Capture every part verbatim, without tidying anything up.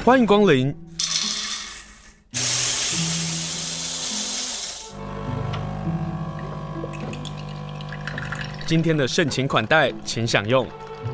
欢迎光临。今天的盛情款待，请享用。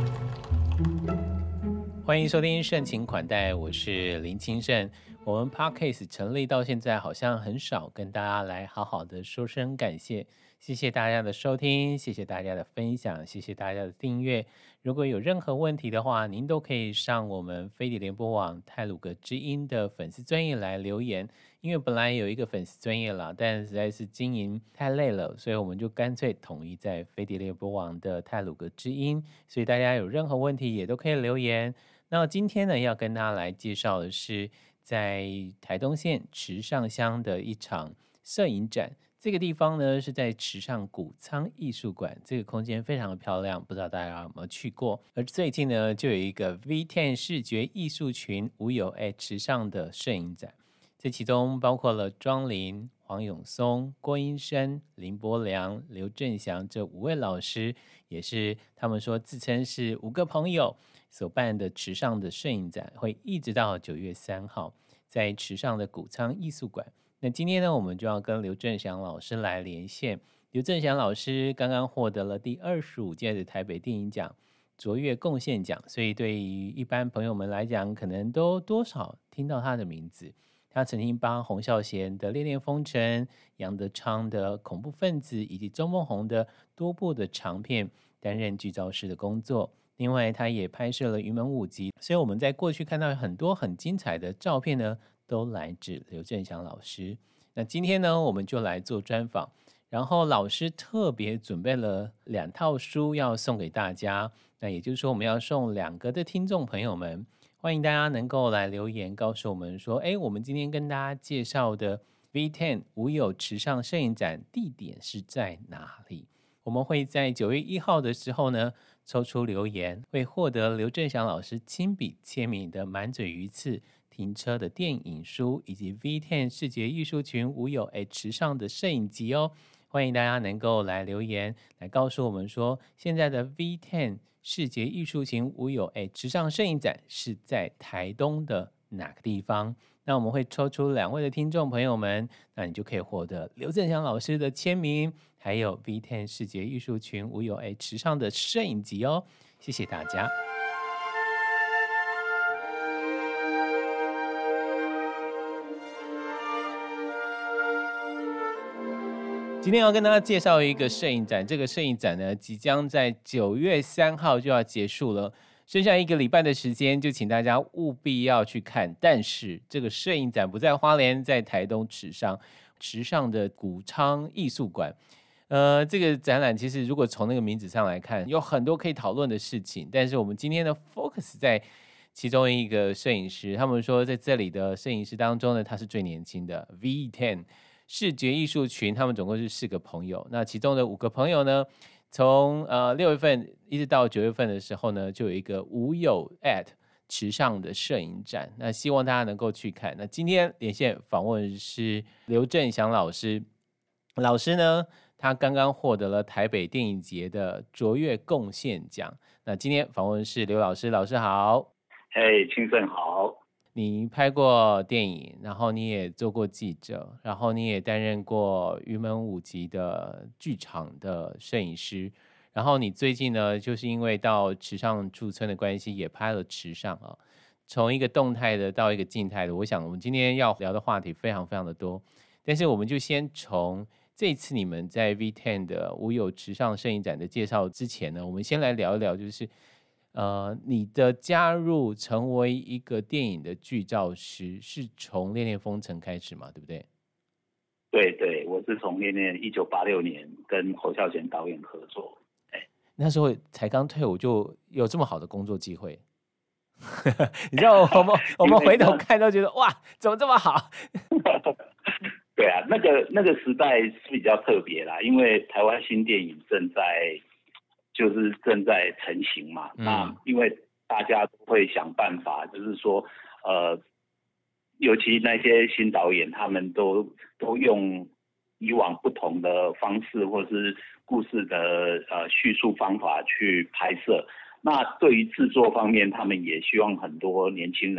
欢迎收听盛情款待，我是林清盛。我们 Podcast 成立到现在，好像很少跟大家来好好的说声感谢。谢谢大家的收听，谢谢大家的分享，谢谢大家的订阅。如果有任何问题的话，您都可以上我们飞碟联播网太鲁阁之音的粉丝专页来留言。因为本来有一个粉丝专页啦，但实在是经营太累了，所以我们就干脆统一在飞碟联播网的太鲁阁之音。所以大家有任何问题也都可以留言。那今天呢，要跟大家来介绍的是在台东县池上乡的一场摄影展。这个地方呢是在池上谷仓艺术馆，这个空间非常的漂亮，不知道大家有没有去过。而最近呢，就有一个 V 十 视觉艺术群无友爱池上的摄影展，这其中包括了庄林、黄永松、郭英生、林伯良、刘正祥这五位老师，也是他们说自称是五个朋友所办的池上的摄影展，会一直到九月三号，在池上的谷仓艺术馆。那今天呢，我们就要跟刘正祥老师来连线。刘正祥老师刚刚获得了第二十五届的台北电影奖卓越贡献奖，所以对于一般朋友们来讲，可能都多少听到他的名字。他曾经帮洪孝贤的《恋恋风尘》、杨德昌的《恐怖分子》以及周梦红的多部的长片担任剧照师的工作。另外，他也拍摄了《云门舞集》，所以我们在过去看到很多很精彩的照片呢，都来自刘正祥老师。那今天呢，我们就来做专访，然后老师特别准备了两套书要送给大家。那也就是说，我们要送两个的听众朋友们，欢迎大家能够来留言告诉我们说，哎，我们今天跟大家介绍的 V 十 无友池上摄影展地点是在哪里？我们会在九月一号的时候呢，抽出留言，会获得刘正祥老师亲笔签名的满嘴鱼刺停车的电影书，以及 V 十 视觉艺术群无友爱池上的摄影集哦。欢迎大家能够来留言，来告诉我们说，现在的 V 十 视觉艺术群无友爱池上摄影展是在台东的哪个地方？那我们会抽出两位的听众朋友们，那你就可以获得刘正祥老师的签名，还有 V 十 视觉艺术群无友爱池上的摄影集哦。谢谢大家。今天要跟大家介绍一个摄影展，这个摄影展呢，即将在九月三号就要结束了，剩下一个礼拜的时间，就请大家务必要去看。但是这个摄影展不在花莲，在台东池上，池上的谷仓艺术馆。呃，这个展览其实如果从那个名字上来看，有很多可以讨论的事情，但是我们今天的 focus 在其中一个摄影师，他们说在这里的摄影师当中呢，他是最年轻的 V 十视觉艺术群，他们总共是四个朋友。那其中的五个朋友呢，从呃六月份一直到九月份的时候呢，就有一个无友 at 池上的摄影展。那希望大家能够去看。那今天连线访问是刘正祥老师，老师呢，他刚刚获得了台北电影节的卓越贡献奖。那今天访问是刘老师，老师好。 嘿，清盛好。 你拍过电影，然后你也做过记者，然后你也担任过云门舞集的剧场的摄影师，然后你最近呢，就是因为到池上驻村的关系，也拍了池上啊，从一个动态的到一个静态的，我想我们今天要聊的话题非常非常的多，但是我们就先从这次你们在 V 十 的无友池上摄影展的介绍之前呢，我们先来聊一聊，就是呃，你的加入成为一个电影的剧照师，是从《恋恋风尘》开始嘛？对不对？ 对对，我是从《恋恋》一九八六年跟侯孝贤导演合作，哎， 那时候才刚退伍就有这么好的工作机会，你知道我们我们回头看都觉得哇，怎么这么好？ 对啊，那个那个时代是比较特别啦，因为台湾新电影正在。就是正在成型嘛，嗯、那因为大家都会想办法，就是说，呃，尤其那些新导演，他们都都用以往不同的方式或是故事的呃叙述方法去拍摄。那对于制作方面，他们也希望很多年轻人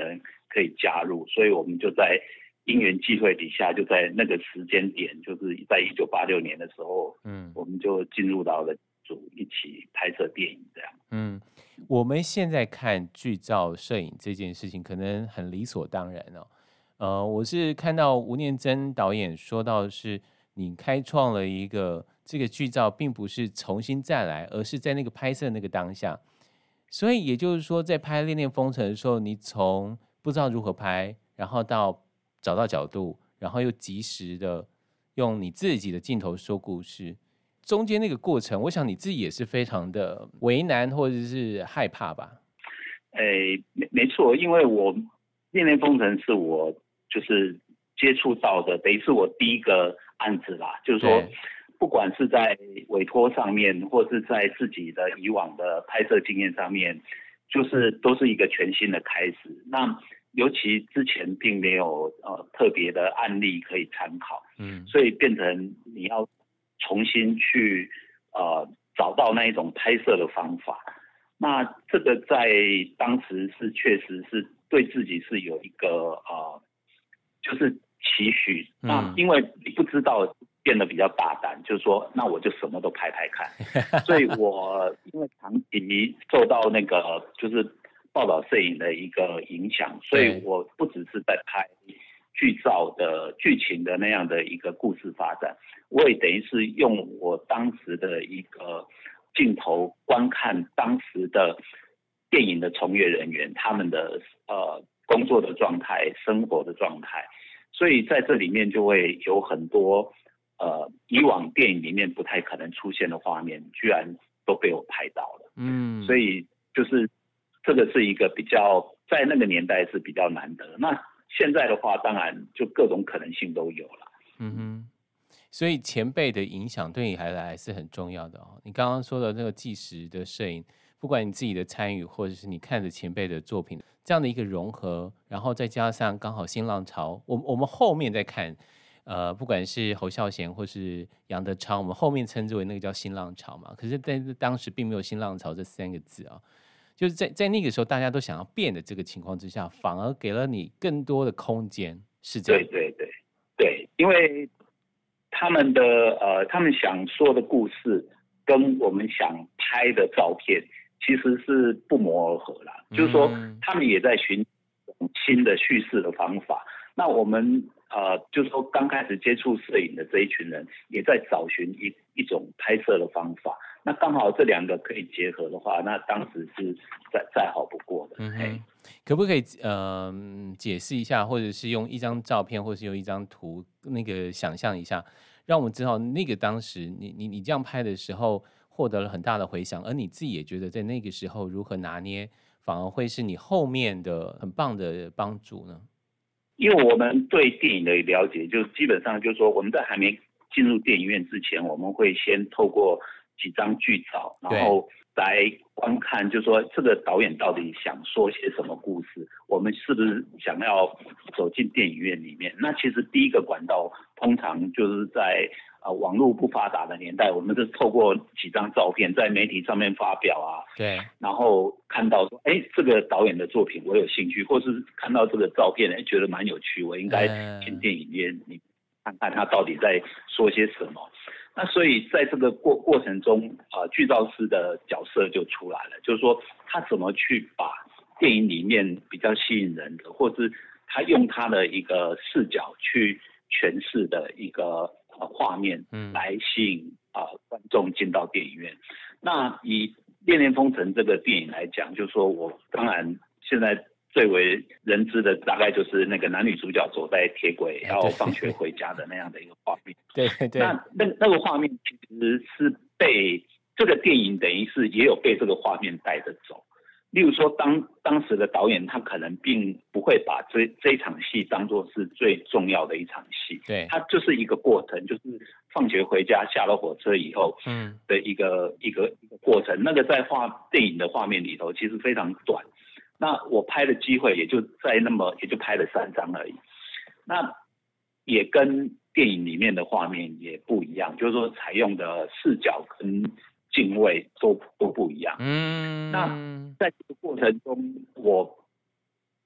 可以加入，所以我们就在因缘际会底下，就在那个时间点，就是在一九八六年的时候，嗯，我们就进入到了组一起拍摄电影这样。 嗯，我们现在看剧照摄影这件事情，可能很理所当然哦。呃，我是看到吴念真导演说到，是你开创了一个这个剧照，并不是重新再来，而是在那个拍摄那个当下。所以也就是说，在拍《恋恋风尘》的时候，你从不知道如何拍，然后到找到角度，然后又及时的用你自己的镜头说故事，中间那个过程，我想你自己也是非常的为难或者是害怕吧？ 诶，没没错，因为我《恋恋风尘》是我就是接触到的，等于是我第一个案子啦，就是说。不管是在委托上面，或是在自己的以往的拍摄经验上面，就是都是一个全新的开始。那尤其之前并没有呃特别的案例可以参考，嗯，所以变成你要重新去呃找到那一种拍摄的方法。那这个在当时是确实是对自己是有一个呃就是期许。嗯、那因为你不知道。变得比较大胆，就是说，那我就什么都拍拍看。所以我因为长期受到那个就是报道摄影的一个影响，所以我不只是在拍剧照的剧情的那样的一个故事发展，我也等于是用我当时的一个镜头观看当时的电影的从业人员他们的呃工作的状态、生活的状态，所以在这里面就会有很多。呃，以往电影里面不太可能出现的画面，居然都被我拍到了。嗯，所以就是这个是一个比较在那个年代是比较难得。那现在的话，当然就各种可能性都有了。 嗯哼，所以前辈的影响对你来还是很重要的哦。你刚刚说的那个纪实的摄影，不管你自己的参与，或者是你看着前辈的作品，这样的一个融合，然后再加上刚好新浪潮，我我们后面再看。呃，不管是侯孝贤或是杨德昌，我们后面称之为那个叫新浪潮嘛。可是，在当时并没有新浪潮这三个字啊，就是在在那个时候，大家都想要变的这个情况之下，反而给了你更多的空间，是这样。 对对对对，因为他们的呃，他们想说的故事跟我们想拍的照片其实是不谋而合啦。嗯、就是说，他们也在寻新的叙事的方法。那我们。呃，就是说刚开始接触摄影的这一群人，也在找寻一一种拍摄的方法。那刚好这两个可以结合的话，那当时是再再好不过的。嗯， 可不可以呃解释一下，或者是用一张照片，或是用一张图，那个想象一下，让我们知道那个当时你你你这样拍的时候获得了很大的回响，而你自己也觉得在那个时候如何拿捏，反而会是你后面的很棒的帮助呢？ 因为我们对电影的了解，就基本上就是说，我们在还没进入电影院之前，我们会先透过几张剧照，然后来观看，就是说这个导演到底想说些什么故事，我们是不是想要走进电影院里面？那其实第一个管道，通常就是在呃网络不发达的年代，我们是透过几张照片在媒体上面发表啊， 对， 然后看到说，哎，这个导演的作品我有兴趣，或是看到这个照片，哎，觉得蛮有趣，我应该进电影院你看看他到底在说些什么。那所以在这个过过程中，呃，剧照师的角色就出来了，就是说他怎么去把电影里面比较吸引人的，或是他用他的一个视角去诠释的一个呃画面，来吸引啊、呃、观众进到电影院。那以《恋恋风尘》这个电影来讲，就是说我当然现在最为人知的大概就是那个男女主角走在铁轨要放学回家的那样的一个画面。 对对。 那那那个画面其实是被这个电影等于是也有被这个画面带着走。例如说当当时的导演他可能并不会把这这一场戏当作是最重要的一场戏， 对， 它就是一个过程，就是放学回家下了火车以后嗯的一个、嗯、一个一个过程。那个在画电影的画面里头其实非常短，那我拍的机会也就在那么也就拍了三张而已，那也跟电影里面的画面也不一样，就是说采用的视角跟镜位都都不一样。嗯，那在这个过程中，我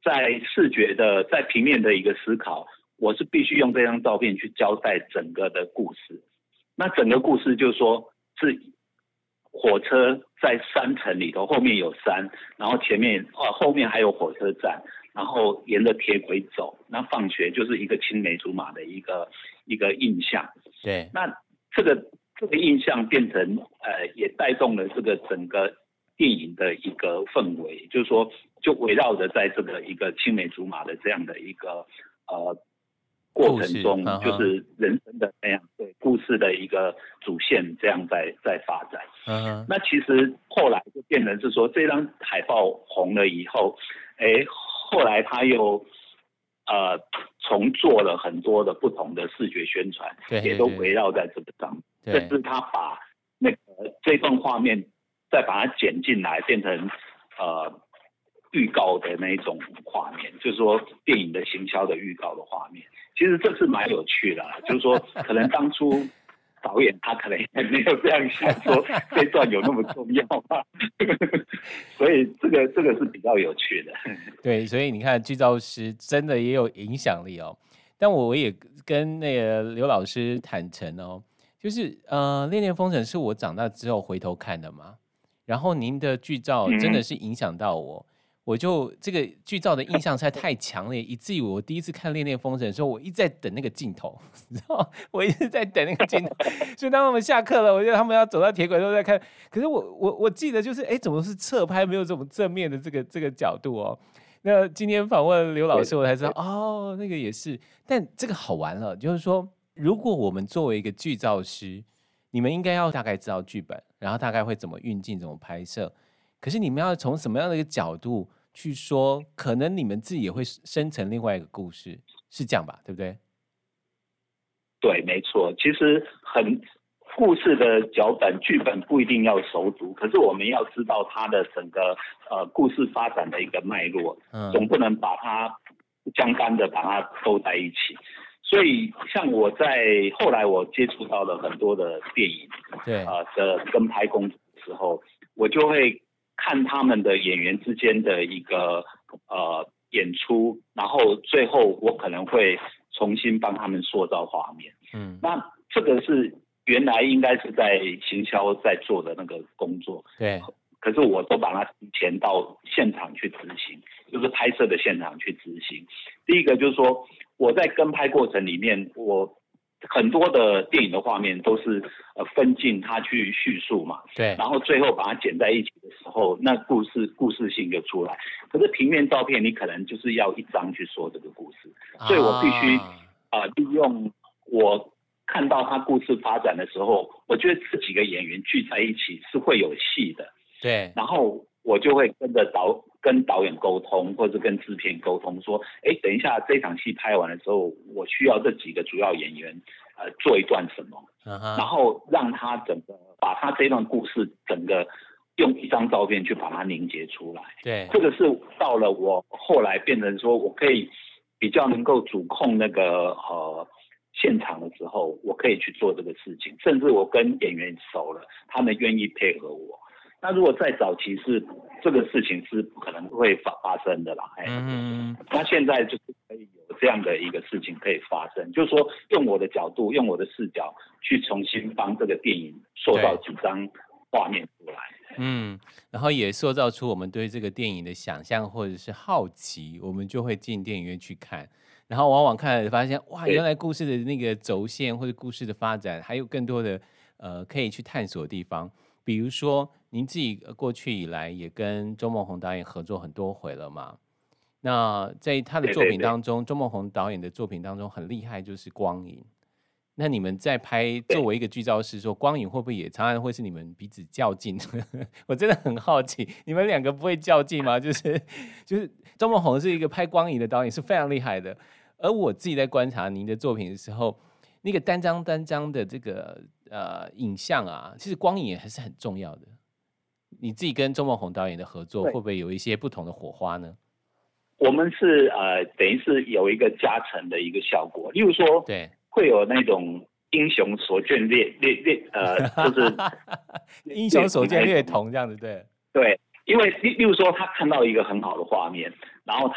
在视觉的在平面的一个思考，我是必须用这张照片去交代整个的故事。那整个故事就是说是火车在山城里头，后面有山，然后前面呃后面还有火车站，然后沿着铁轨走，那放学就是一个青梅竹马的一个一个印象。 对， 那这个这个印象变成呃也带动了这个整个电影的一个氛围，就是说就围绕着在这个一个青梅竹马的这样的一个呃过程中，就是人生的那样对故事的一个主线这样在在发展。 嗯， 那其实后来就变成是说，这张海报红了以后，哎，后来他又呃重做了很多的不同的视觉宣传， 对对对， 也都围绕在这个上面，甚至他把那个这段画面再把它剪进来，变成呃。预告的那一种画面，就是说电影的行销的预告的画面，其实这是蛮有趣的，就是说可能当初导演他可能也没有这样想，说这段有那么重要吗？所以这个这个是比较有趣的。 对，所以你看剧照师真的也有影响力哦。但我也跟那个刘老师坦诚哦，就是呃，《恋恋风尘》是我长大之后回头看的嘛，然后您的剧照真的是影响到我。嗯，我就这个剧照的印象实在太强烈，以至于我第一次看《恋恋风尘》的时候，我一直在等那个镜头，你知道，我一直在等那个镜头。所以当他们下课了，我觉得他们要走到铁轨都在看。可是我我我记得就是，哎，怎么是侧拍，没有这种正面的这个这个角度哦？那今天访问刘老师，我才知道哦，那个也是。但这个好玩了，就是说，如果我们作为一个剧照师，你们应该要大概知道剧本，然后大概会怎么运镜、怎么拍摄。可是你们要从什么样的一个角度去说，可能你们自己也会生成另外一个故事，是这样吧？对不对？ 对，没错。其实很故事的脚本、剧本不一定要熟读，可是我们要知道它的整个呃故事发展的一个脉络，嗯，总不能把它将单的把它都在一起。所以，像我在后来我接触到了很多的电影，对，呃的跟拍工作的时候，我就会看他们的演员之间的一个呃演出，然后最后我可能会重新帮他们塑造画面。嗯，那这个是原来应该是在行销在做的那个工作，对。可是我都把它提前到现场去执行，就是拍摄的现场去执行。第一个就是说，我在跟拍过程里面，我很多的电影的画面都是呃分镜它去叙述嘛，对，然后最后把它剪在一起的时候，那故事故事性就出来。可是平面照片你可能就是要一张去说这个故事，啊、所以我必须啊、呃、利用我看到他故事发展的时候，我觉得这几个演员聚在一起是会有戏的，对，然后我就会跟着导跟导演沟通，或者跟制片沟通说，哎，等一下这场戏拍完的时候，我需要这几个主要演员呃做一段什么， uh-huh. 然后让他整个把他这段故事整个用一张照片去把它凝结出来。对，这个是到了我后来变成说我可以比较能够主控那个呃现场的时候，我可以去做这个事情，甚至我跟演员熟了，他们愿意配合我。那如果在早期是这个事情是不可能会发发生的啦，哎，嗯，那现在就是可以有这样的一个事情可以发生，就是说用我的角度，用我的视角去重新帮这个电影塑造几张画面出来，嗯， 然后也塑造出我们对这个电影的想象或者是好奇，我们就会进电影院去看，然后往往看了发现，哇，原来故事的那个轴线或者故事的发展还有更多的呃可以去探索的地方。比如说您自己过去以来也跟周梦红导演合作很多回了嘛，那在他的作品当中，周梦红导演的作品当中很厉害就是光影，那你们在拍作为一个剧照师说光影会不会也常常会是你们彼此较劲？我真的很好奇，你们两个不会较劲吗？就是就是周梦红是一个拍光影的导演是非常厉害的，而我自己在观察您的作品的时候，那个单张单张的这个呃影像啊，其实光影也还是很重要的。你自己跟周梦红导演的合作，会不会有一些不同的火花呢？ 我们是呃，等于是有一个加成的一个效果，例如说，对，会有那种英雄所见略略略呃，就是英雄所见略同这样子，对。 对，因为例例如说，他看到一个很好的画面，然后他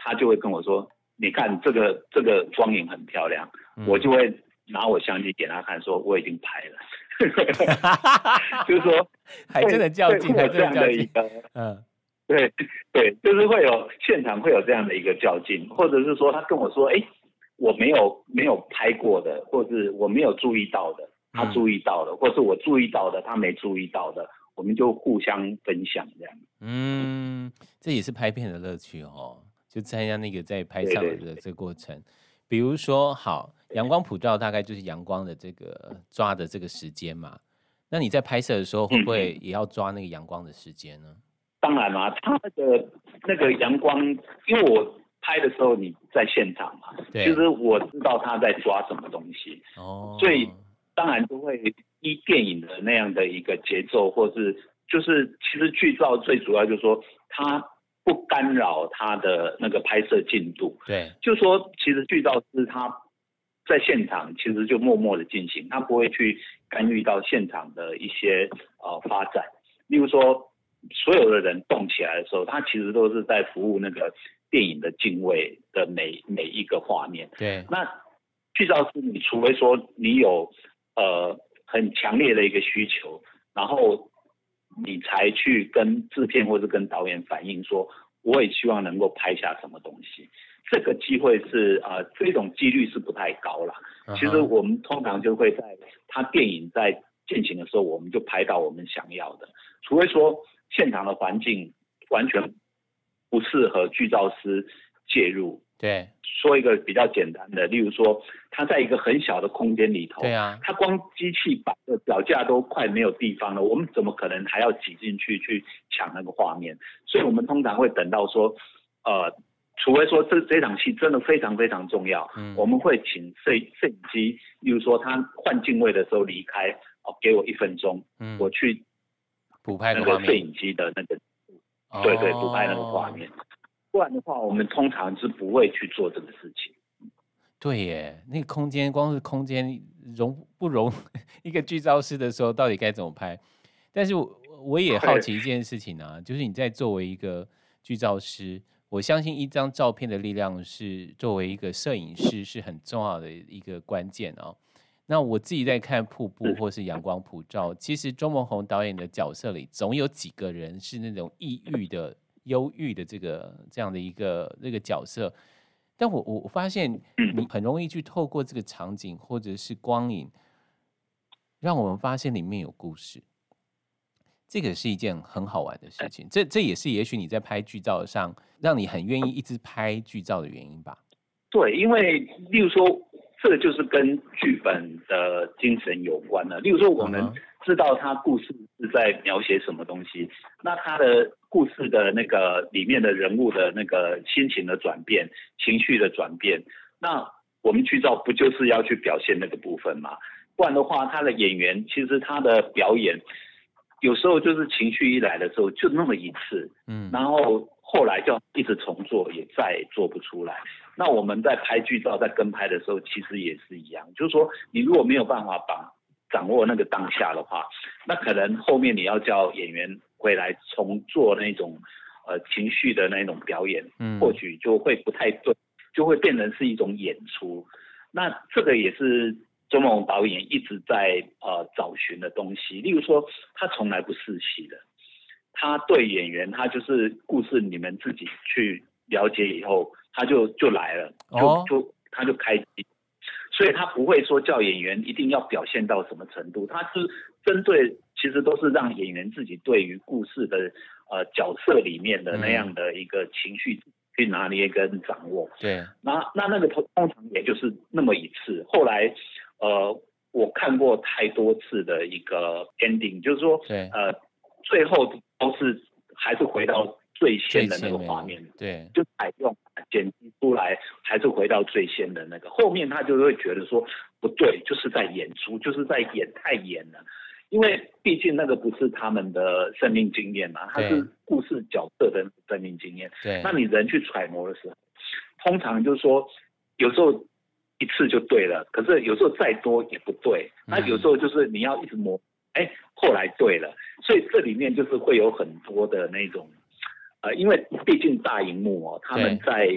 他就会跟我说，你看这个这个光影很漂亮，嗯、我就会拿我相机给他看，说我已经拍了。就是说， 还真的较劲，还真的较劲。 嗯，对对，就是会有现场会有这样的一个较劲，或者是说他跟我说，哎，我没有没有拍过的，或是我没有注意到的，他注意到了，嗯、或是我注意到的，他没注意到的，我们就互相分享这样。 嗯，这也是拍片的乐趣哦，就参加那个在拍摄的这个过程。对对对，比如说，好，阳光普照大概就是阳光的这个抓的这个时间嘛。那你在拍摄的时候，会不会也要抓那个阳光的时间呢？ 嗯、当然啦，他那个那个阳光，因为我拍的时候你在现场嘛，其实我知道他在抓什么东西，哦，所以当然就会依电影的那样的一个节奏，或是就是其实剧照最主要就是说它不干扰他的那个拍摄进度， 对， 就是说其实剧照是他在现场其实就默默的进行，他不会去干预到现场的一些呃发展。例如说，所有的人动起来的时候，他其实都是在服务那个电影的敬畏的每每一个画面。 对， 那剧照是你除非说你有呃很强烈的一个需求，然后你才去跟制片或是跟导演反映说，我也希望能够拍下什么东西。这个机会是呃，这种几率是不太高啦。Uh-huh. 其实我们通常就会在他电影在进行的时候，我们就拍到我们想要的，除非说现场的环境完全不适合剧照师介入。 对， 说一个比较简单的，例如说他在一个很小的空间里头， 对啊， 他光机器摆的脚架都快没有地方了，我们怎么可能还要挤进去去抢那个画面？所以我们通常会等到说，呃。除非说这这场戏真的非常非常重要，嗯、我们会请摄摄影机，例如说他换镜位的时候离开，哦，给我一分钟，嗯、我去补拍那个摄影机的那个，哦、对对，补拍那个画面。不然的话，我们通常是不会去做这个事情。 对耶，那个空间光是空间容不容一个剧照师的时候，到底该怎么拍？但是我我也好奇一件事情啊，就是你在作为一个剧照师。我相信一张照片的力量是作为一个摄影师是很重要的一个关键哦。那我自己在看瀑布或是阳光普照，其实周梦红导演的角色里总有几个人是那种抑郁的、忧郁的这个这样的一个那个角色。但我我发现你很容易去透过这个场景或者是光影，让我们发现里面有故事。这个是一件很好玩的事情，这这也是也许你在拍剧照上让你很愿意一直拍剧照的原因吧？ 对，因为例如说，这个就是跟剧本的精神有关了。例如说，我们知道他故事是在描写什么东西，那他的故事的那个里面的人物的那个心情的转变、情绪的转变，那我们剧照不就是要去表现那个部分吗？不然的话，他的演员其实他的表演。有时候就是情绪一来的时候就那么一次，嗯，然后后来就一直重做，也再做不出来。那我们在拍剧照、在跟拍的时候，其实也是一样，就是说你如果没有办法把掌握那个当下的话，那可能后面你要叫演员回来重做那种呃情绪的那种表演，嗯，或许就会不太对，就会变成是一种演出。那这个也是。周梦红导演一直在呃找寻的东西，例如说他从来不试戏的，他对演员他就是故事你们自己去了解以后，他就就来了，就、哦、就他就开机，所以他不会说叫演员一定要表现到什么程度，他是针对其实都是让演员自己对于故事的呃角色里面的那样的一个情绪。嗯去拿捏跟掌握， 对， 那那那个通通常也就是那么一次。后来，呃，我看过太多次的一个 ending， 就是说， 对， 呃，最后都是还是回到最先的那个画面， 对， 就采用剪辑出来，还是回到最先的那个。后面他就会觉得说不对，就是在演出，就是在演太演了。因为毕竟那个不是他们的生命经验嘛，它是故事角色的生命经验。 对， 那你人去揣摩的时候，通常就是说，有时候一次就对了，可是有时候再多也不对。那有时候就是你要一直磨，哎，后来对了。所以这里面就是会有很多的那种，呃，因为毕竟大荧幕哦，他们在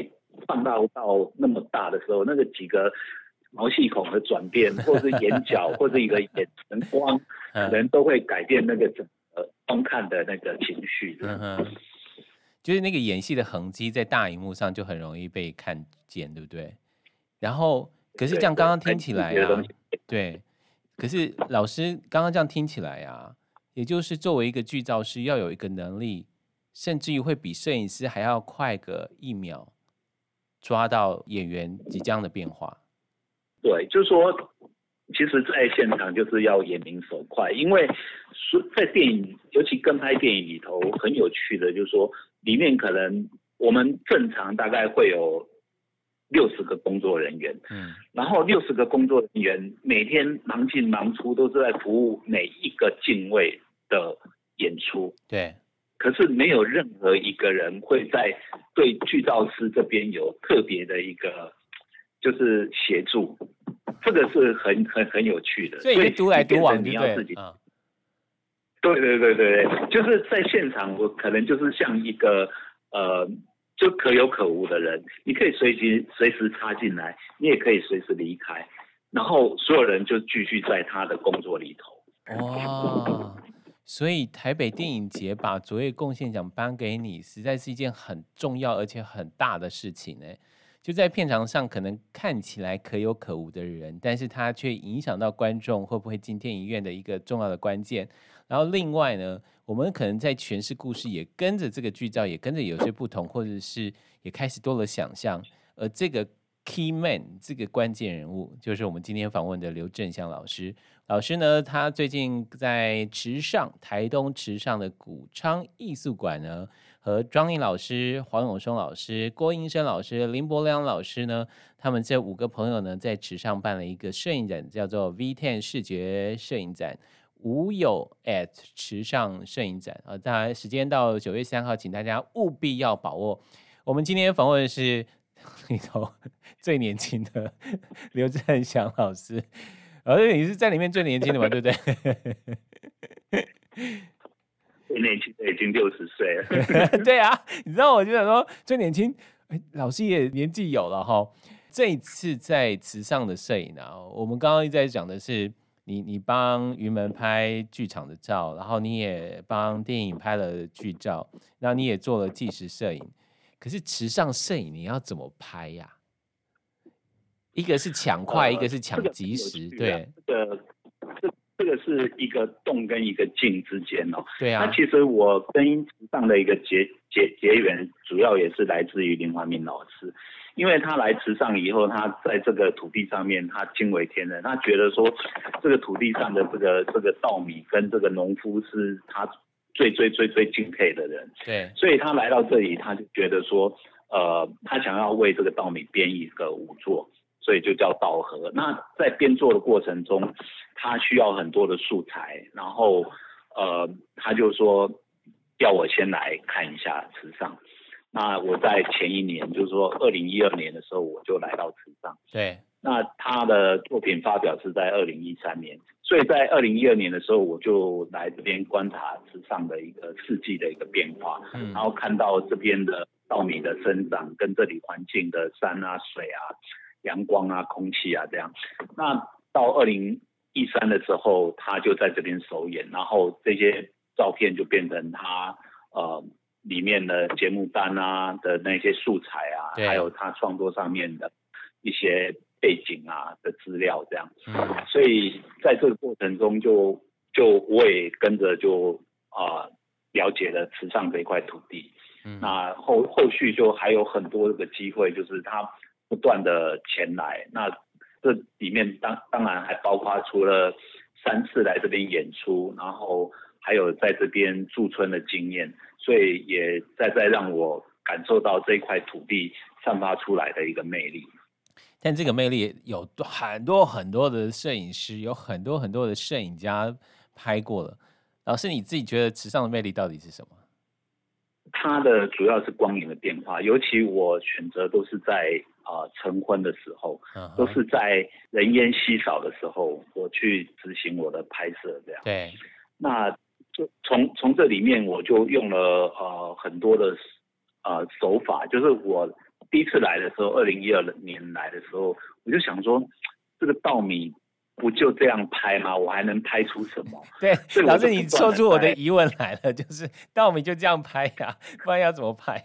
放大到那么大的时候，那个几个毛细孔的转变，或是眼角，或是一个眼神光，可能都会改变那个整个观看的那个情绪。嗯哼， 就是那个演戏的痕迹在大荧幕上就很容易被看见，对不对？然后，可是这样刚刚听起来啊，对，可是老师刚刚这样听起来啊，也就是作为一个剧照师，要有一个能力，甚至于会比摄影师还要快个一秒，抓到演员即将的变化。 对，就是说，其实，在现场就是要眼明手快，因为在电影，尤其跟拍电影里头，很有趣的，就是说，里面可能我们正常大概会有六十个工作人员，嗯，然后六十个工作人员每天忙进忙出，都是在服务每一个镜位的演出， 对。 可是没有任何一个人会在对剧照师这边有特别的一个就是协助，这个是很很很有趣的。 所以你独来独往， 你要自己。嗯对对对对对，就是在现场，我可能就是像一个呃，就可有可无的人，你可以随时随时插进来，你也可以随时离开，然后所有人就继续在他的工作里头。 哇，所以台北电影节把卓越贡献奖颁给你，实在是一件很重要而且很大的事情呢。就在片场上，可能看起来可有可无的人，但是他却影响到观众会不会进电影院的一个重要的关键。然后另外呢，我们可能在诠释故事，也跟着这个剧照，也跟着有些不同，或者是也开始多了想象。而这个 key man 这个关键人物，就是我们今天访问的刘正祥老师。老师呢，他最近在池上台东池上的谷昌艺术馆呢，和庄颖老师、黄永松老师、郭英生老师、林伯良老师呢，他们这五个朋友呢，在池上办了一个摄影展，叫做 V 十 视觉摄影展。无有 at 池上摄影展啊，当然时间到九月三号，请大家务必要把握。我们今天访问的是里头最年轻的刘正祥老师，而且你是在里面最年轻的嘛，对不对？ 最年轻的已经六十岁了。 对啊，你知道我就想说最年轻，老师也年纪有了哈。这一次在池上的摄影啊，我们刚刚一直在讲的是。你你帮云门拍剧场的照，然后你也帮电影拍了剧照，然后你也做了纪实摄影。可是池上摄影你要怎么拍呀、啊？一个是抢快，呃、一个是抢即时， 这个啊、 对。这个这这个是一个动跟一个静之间哦。 对啊。 那其实我跟池上的一个结结结缘，主要也是来自于林怀民老师。因为他来池上以后，他在这个土地上面，他惊为天人。他觉得说，这个土地上的这个这个稻米跟这个农夫是他最最最最敬佩的人。 对。 所以他来到这里，他就觉得说，呃，他想要为这个稻米编一个舞作，所以就叫稻禾。那在编作的过程中，他需要很多的素材，然后呃，他就说要我先来看一下池上。那我在前一年，就是说二零一二年的时候，我就来到池上。 对。 那他的作品发表是在二零一三年，所以在二零一二年的时候，我就来这边观察池上的一个四季的一个变化，嗯、然后看到这边的稻米的生长跟这里环境的山啊、水啊、阳光啊、空气啊这样。那到二零一三的时候，他就在这边首演，然后这些照片就变成他呃。里面的节目单啊的那些素材啊，还有他创作上面的一些背景啊的资料这样，嗯、所以在这个过程中就就我也跟着就啊、呃、了解了池上这一块土地，嗯、那后后续就还有很多个机会，就是他不断的前来，那这里面当当然还包括除了三次来这边演出，然后还有在这边驻村的经验。所以也再再让我感受到这一块土地散发出来的一个魅力。 但这个魅力有很多很多的摄影师，有很多很多的摄影家拍过了。老师，你自己觉得池上的魅力到底是什么？ 它的主要是光影的变化，尤其我选择都是在呃晨昏的时候， uh-huh. 都是在人烟稀少的时候，我去执行我的拍摄这样。 对， 那。就从从这里面我就用了呃很多的呃手法，就是我第一次来的时候，二零一二年来的时候，我就想说，这个稻米不就这样拍吗？我还能拍出什么？ 对，老师，你说出我的疑问来了，就是稻米就这样拍呀、啊，不然要怎么拍？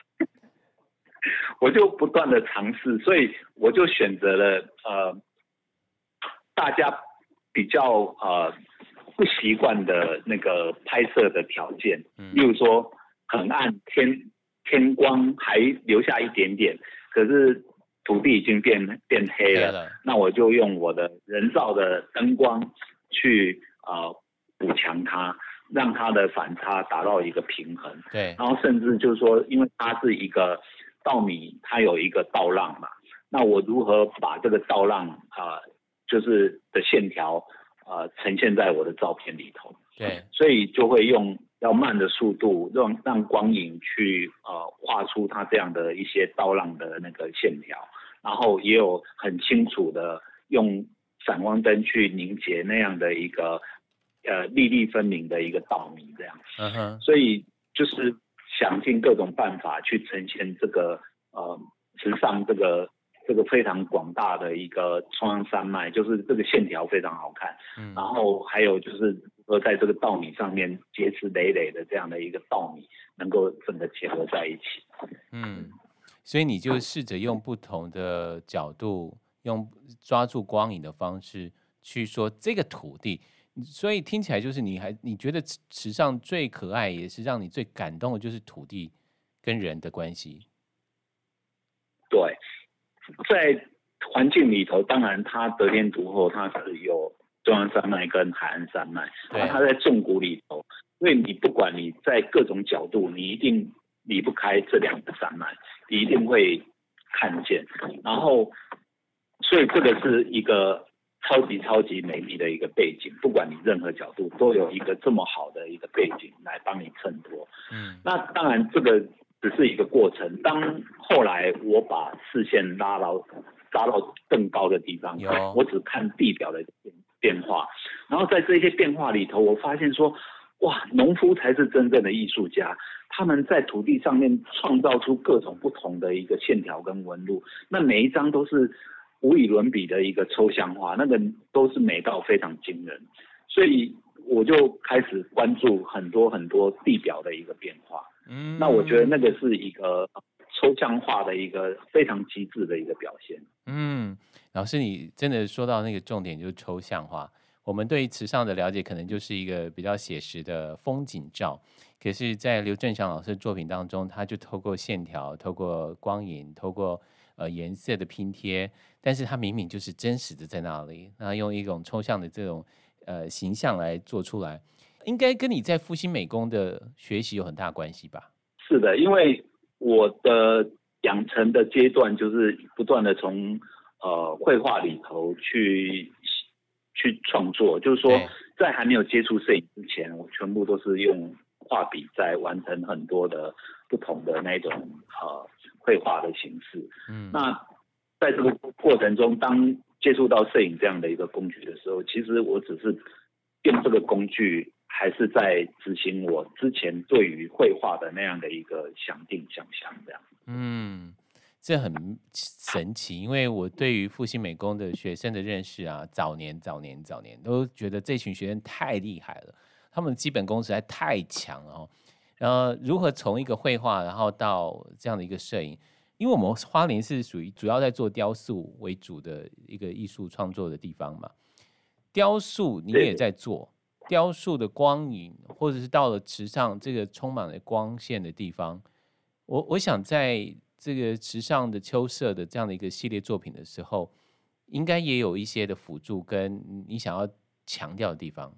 我就不断的尝试，所以我就选择了呃，大家比较呃不习惯的那个拍摄的条件，嗯、例如说很暗，天天光还留下一点点，可是土地已经变变黑了，了那我就用我的人造的灯光去呃补强它，让它的反差达到一个平衡。 对， 然后甚至就是说，因为它是一个稻米，它有一个稻浪嘛，那我如何把这个稻浪啊、呃，就是的线条呃呈现在我的照片里头？ 对， 所以就会用要慢的速度，让让光影去呃画出它这样的一些稻浪的那个线条，然后也有很清楚的用闪光灯去凝结那样的一个呃粒粒分明的一个稻米这样。 嗯哼， 所以就是想尽各种办法去呈现这个呃池上这个这个非常广大的一个中央山脉，就是这个线条非常好看。嗯，然后还有就是说在这个稻米上面结实累累的这样的一个稻米，能够整个结合在一起。 嗯，所以你就试着用不同的角度，用抓住光影的方式去说这个土地。所以听起来就是你还你觉得池上最可爱，也是让你最感动的，就是土地跟人的关系。 对，在环境里头，当然它得天独厚，它是有中央山脉跟海岸山脉，那它在纵谷里头，所以你不管你在各种角度，你一定离不开这两个山脉，你一定会看见。然后，所以这个是一个超级超级美丽的一个背景，不管你任何角度都有一个这么好的一个背景来帮你衬托。嗯，那当然这个只是一个过程。当后来我把视线拉到拉到更高的地方，我只看地表的变化，然后在这些变化里头，我发现说，哇，农夫才是真正的艺术家。他们在土地上面创造出各种不同的一个线条跟纹路，那每一张都是无与伦比的一个抽象化，那个都是美到非常惊人，所以我就开始关注很多很多地表的一个变化。嗯，那我觉得那个是一个抽象化的一个非常极致的一个表现。 嗯，老师，你真的说到那个重点，就是抽象化。我们对池上的了解可能就是一个比较写实的风景照，可是在刘正祥老师的作品当中，他就透过线条，透过光影，透过呃颜色的拼贴，但是他明明就是真实的在那里，那用一种抽象的这种呃形象来做出来，应该跟你在复兴美工的学习有很大关系吧？ 是的，因为我的养成的阶段就是不断的从呃绘画里头去去创作，就是说在还没有接触摄影之前，我全部都是用画笔在完成很多的不同的那种呃绘画的形式。嗯，那在这个过程中，当接触到摄影这样的一个工具的时候，其实我只是用这个工具，还是在执行我之前对于绘画的那样的一个想定想象这样。 嗯，这很神奇，因为我对于复兴美工的学生的认识啊，早年早年早年都觉得这群学生太厉害了，他们基本功实在太强了哦。然后如何从一个绘画，然后到这样的一个摄影，因为我们花莲是属于主要在做雕塑为主的一个艺术创作的地方嘛，雕塑你也在做，雕塑的光影，或者是到了池上这个充满了光线的地方，我我想在这个池上的秋色的这样的一个系列作品的时候，应该也有一些的辅助跟你想要强调的地方。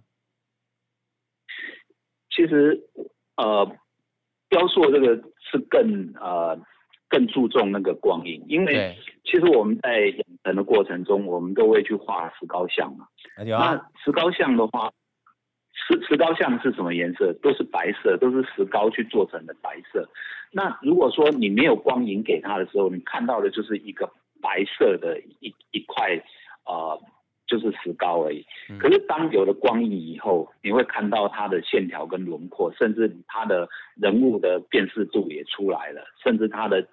其实呃，雕塑这个是更呃更注重那个光影，因为其实我们在养成的过程中，我们都会去画石膏像嘛。 啊、 那石膏像的话，石石膏像是什么颜色？都是白色，都是石膏去做成的白色。那如果说你没有光影给它的时候，你看到的就是一个白色的一一块呃。就是石膏而已，可是当有了光影以后，你会看到它的线条跟轮廓，甚至它的人物的辨识度也出来了，甚至它的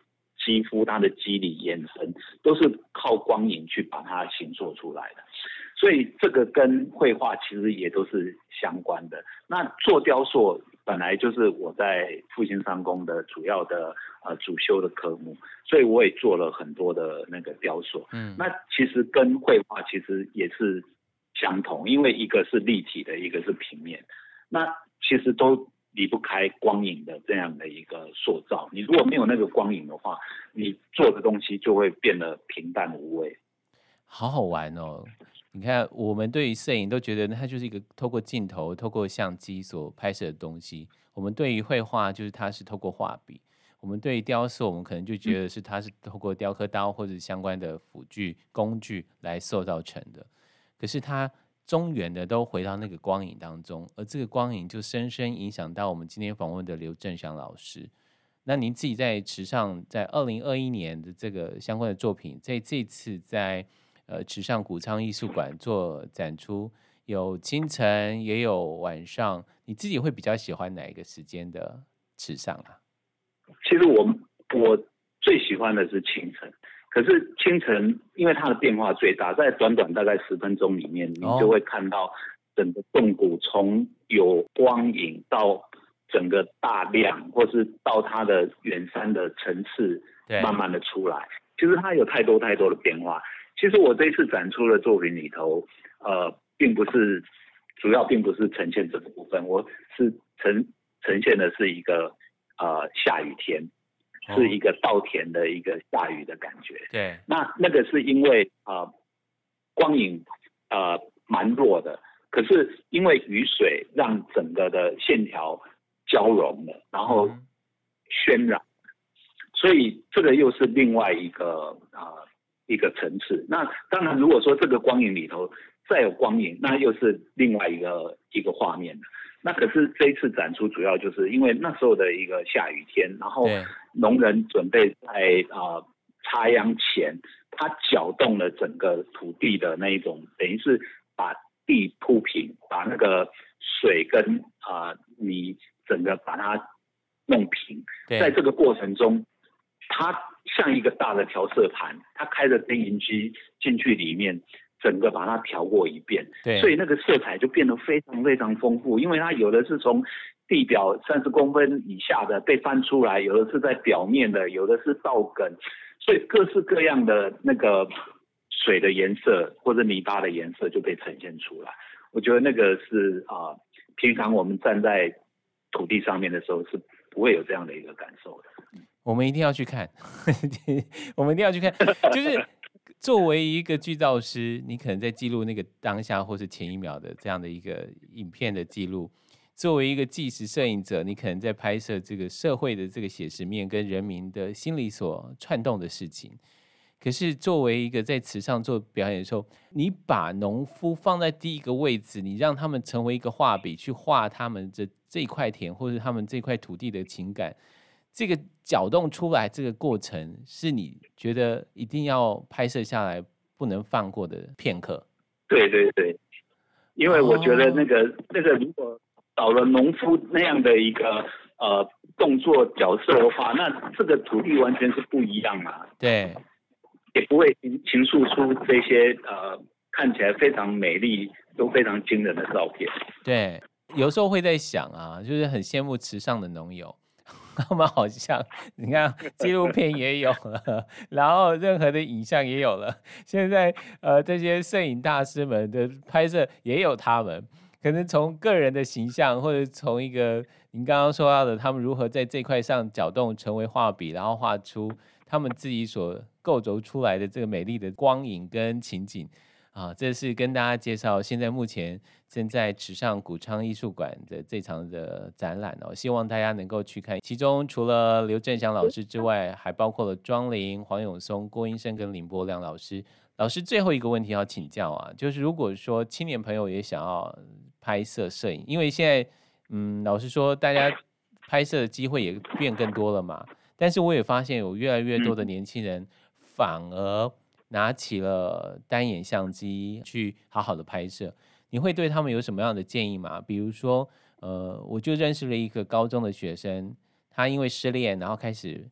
肌肤、它的肌理、眼神，都是靠光影去把它形塑出来的。所以这个跟绘画其实也都是相关的。那做雕塑本来就是我在复兴商工的主要的呃主修的科目，所以我也做了很多的那个雕塑。嗯，那其实跟绘画其实也是相同，因为一个是立体的，一个是平面，那其实都离不开光影的这样的一个塑造。你如果没有那个光影的话，你做的东西就会变得平淡无味。 好好玩哦！你看，我们对于摄影都觉得它就是一个透过镜头、透过相机所拍摄的东西。我们对于绘画就是它是透过画笔。我们对于雕塑，我们可能就觉得是它是透过雕刻刀或者相关的辅具工具来塑造成的。可是它中原的都回到那个光影当中，而这个光影就深深影响到我们今天访问的刘正祥老师。那您自己在池上，在二零二一年的这个相关的作品，在这次在呃池上谷仓艺术馆做展出，有清晨也有晚上，你自己会比较喜欢哪一个时间的池上啊？ 其实我我最喜欢的是清晨。可是清晨，因为它的变化最大，在短短大概十分钟里面，你就会看到整个洞谷从有光影到整个大亮，或是到它的远山的层次慢慢的出来。其实它有太多太多的变化。其实我这次展出的作品里头，呃，并不是主要并不是呈现这个部分，我是呈呈现的是一个呃下雨天。是一个稻田的一个下雨的感觉。 对， 那那个是因为呃光影呃蛮弱的，可是因为雨水让整个的线条交融了，然后渲染，所以这个又是另外一个呃一个层次。那当然，如果说这个光影里头再有光影，那又是另外一个一个画面。那可是这一次展出主要就是因为那时候的一个下雨天，然后农人准备在呃插秧前，他搅动了整个土地的那一种，等于是把地铺平，把那个水跟啊、呃、泥整个把它弄平。在这个过程中，它像一个大的调色盘，它开着电影机进去里面。整个把它调过一遍，所以那个色彩就变得非常非常丰富，因为它有的是从地表三十公分以下的被翻出来，有的是在表面的，有的是稻梗，所以各式各样的那个水的颜色或者泥巴的颜色就被呈现出来。我觉得那个是啊、呃，平常我们站在土地上面的时候是不会有这样的一个感受的。 我们一定要去看，我们一定要去看，就是。作为一个剧照师，你可能在记录那个当下或是前一秒的这样的一个影片的记录；作为一个纪实摄影者，你可能在拍摄这个社会的这个写实面跟人民的心理所串动的事情。可是作为一个在池上做表演的时候，你把农夫放在第一个位置，你让他们成为一个画笔去画他们这这一块田或是他们这块土地的情感。这个搅动出来这个过程，是你觉得一定要拍摄下来不能放过的片刻。 对对对，因为我觉得那个、哦、那个如果找了农夫那样的一个呃动作角色的话，那这个土地完全是不一样嘛。 对， 也不会形塑出这些呃看起来非常美丽都非常惊人的照片。 对，有时候会在想啊，就是很羡慕池上的农友。他们好像你看纪录片也有了，然后任何的影像也有了，现在呃这些摄影大师们的拍摄也有他们，可能从个人的形象，或者从一个您刚刚说到的他们如何在这块上搅动成为画笔，然后画出他们自己所构筑出来的这个美丽的光影跟情景啊，这是跟大家介绍现在目前正在池上谷仓艺术馆的这场的展览哦，希望大家能够去看。其中除了刘正祥老师之外，还包括了庄林、黄永松、郭英生跟林波亮老师。老师最后一个问题要请教啊，就是如果说青年朋友也想要拍摄摄影，因为现在嗯，老实说，大家拍摄的机会也变更多了嘛，但是我也发现有越来越多的年轻人反而拿起了单眼相机去好好的拍摄，你会对他们有什么样的建议吗？比如说，呃，我就认识了一个高中的学生，他因为失恋，然后开始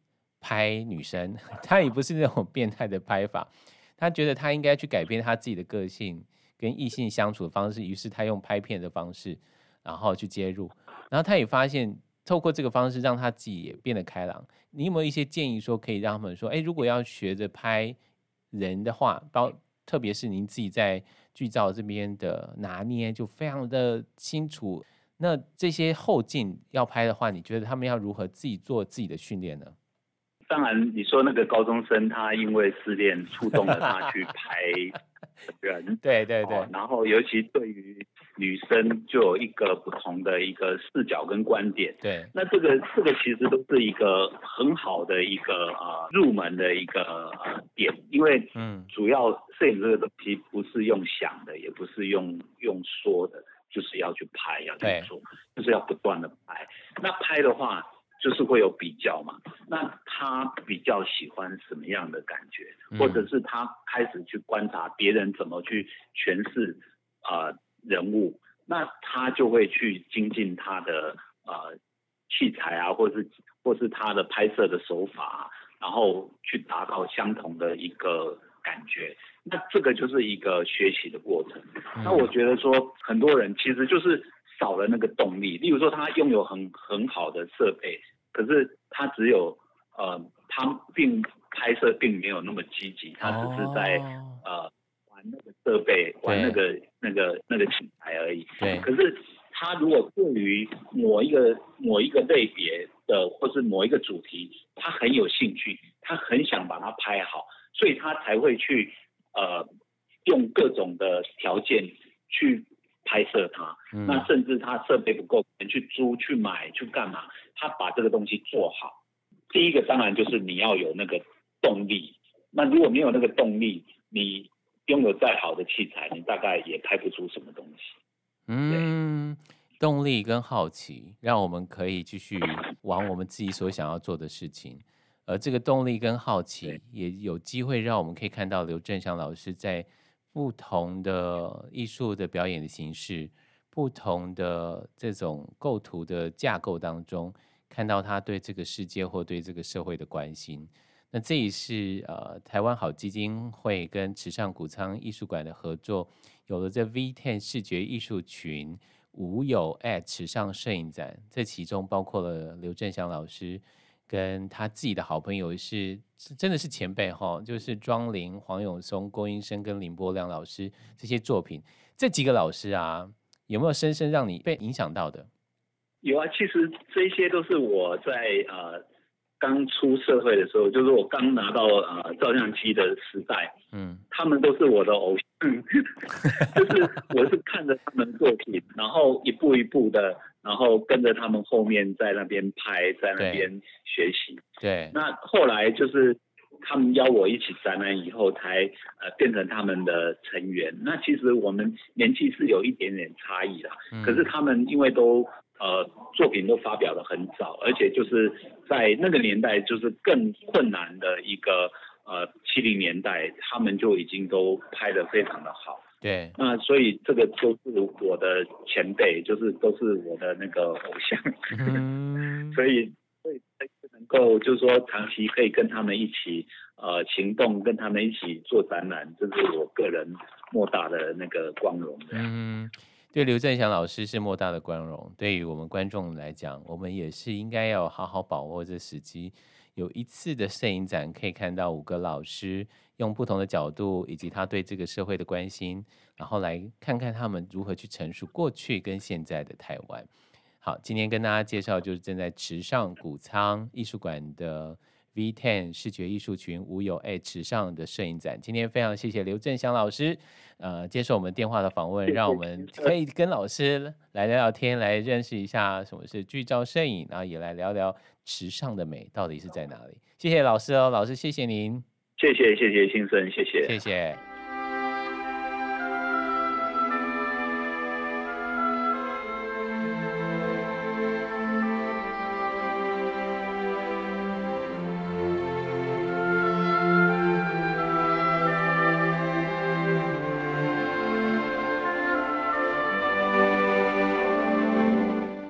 拍女生，他也不是那种变态的拍法，他觉得他应该去改变他自己的个性跟异性相处的方式，于是他用拍片的方式，然后去接入，然后他也发现透过这个方式让他自己也变得开朗。你有没有一些建议说可以让他们说，哎，如果要学着拍人的话，包特别是您自己在剧照这边的拿捏就非常的清楚，那这些后劲要拍的话，你觉得他们要如何自己做自己的训练呢？ 当然，你说那个高中生，他因为失恋触动了他去拍人， 对对对、哦， 然后尤其对于女生就有一个不同的一个视角跟观点， 对， 那这个这个其实都是一个很好的一个呃入门的一个呃点，因为嗯，主要摄影这个东西不是用想的，也不是用用说的，就是要去拍，要去做，就是要不断的拍。那拍的话，就是会有比较嘛，那他比较喜欢什么样的感觉，嗯、或者是他开始去观察别人怎么去诠释呃人物，那他就会去精进他的呃器材啊，或是或是他的拍摄的手法、啊，然后去达到相同的一个感觉。那这个就是一个学习的过程。嗯、那我觉得说，很多人其实就是少了那个动力。例如说，他拥有很很好的设备。可是他只有呃，他并拍摄并没有那么积极，他只是在、哦、呃玩那个设备，玩那个那个那个器材而已。 对。 可是他如果对于某一个某一个类别的，或是某一个主题，他很有兴趣，他很想把它拍好，所以他才会去呃用各种的条件去拍摄它，嗯、那甚至他设备不够，去租、去买、去干嘛？他把这个东西做好。第一个当然就是你要有那个动力。那如果没有那个动力，你拥有再好的器材，你大概也拍不出什么东西。 嗯，动力跟好奇，让我们可以继续往我们自己所想要做的事情。而这个动力跟好奇，也有机会让我们可以看到刘正祥老师在不同的艺术的表演的形式，不同的这种构图的架构当中，看到他对这个世界或对这个社会的关心。那这也是呃台湾好基金会跟池上谷仓艺术馆的合作，有了这 V 十 视觉艺术群无有 at 池上摄影展，这其中包括了刘正祥老师跟他自己的好朋友是真的是前辈哈，就是庄林、黄永松、郭英生跟林波亮老师这些作品，这几个老师啊，有没有深深让你被影响到的？ 有啊，其实这些都是我在呃刚出社会的时候，就是我刚拿到呃照相机的时代，嗯，他们都是我的偶像，就是我是看着他们作品，然后一步一步的，然后跟着他们后面在那边拍，在那边学习。 对， 那后来就是他们邀我一起展览以后，才呃变成他们的成员。那其实我们年纪是有一点点差异啦，嗯、可是他们因为都呃作品都发表得很早，而且就是在那个年代就是更困难的一个呃七零年代，他们就已经都拍得非常的好。 对， 那所以这个都是我的前辈，就是都是我的那个偶像，嗯、所以所以能够就是说长期可以跟他们一起呃行动，跟他们一起做展览，这是我个人莫大的那个光荣。 嗯，对刘正祥老师是莫大的光荣，对于我们观众来讲，我们也是应该要好好把握这时机。有一次的摄影展可以看到五个老师用不同的角度以及他对这个社会的关心，然后来看看他们如何去陈述过去跟现在的台湾。好，今天跟大家介绍就是正在池上谷仓艺术馆的 V 十 视觉艺术群无有 A 池上的摄影展。今天非常谢谢刘正祥老师呃，接受我们电话的访问，让我们可以跟老师来聊聊天，来认识一下什么是剧照摄影，然后也来聊聊池上的美到底是在哪里。谢谢老师哦，老师谢谢您。 谢谢谢谢先生，谢谢谢谢。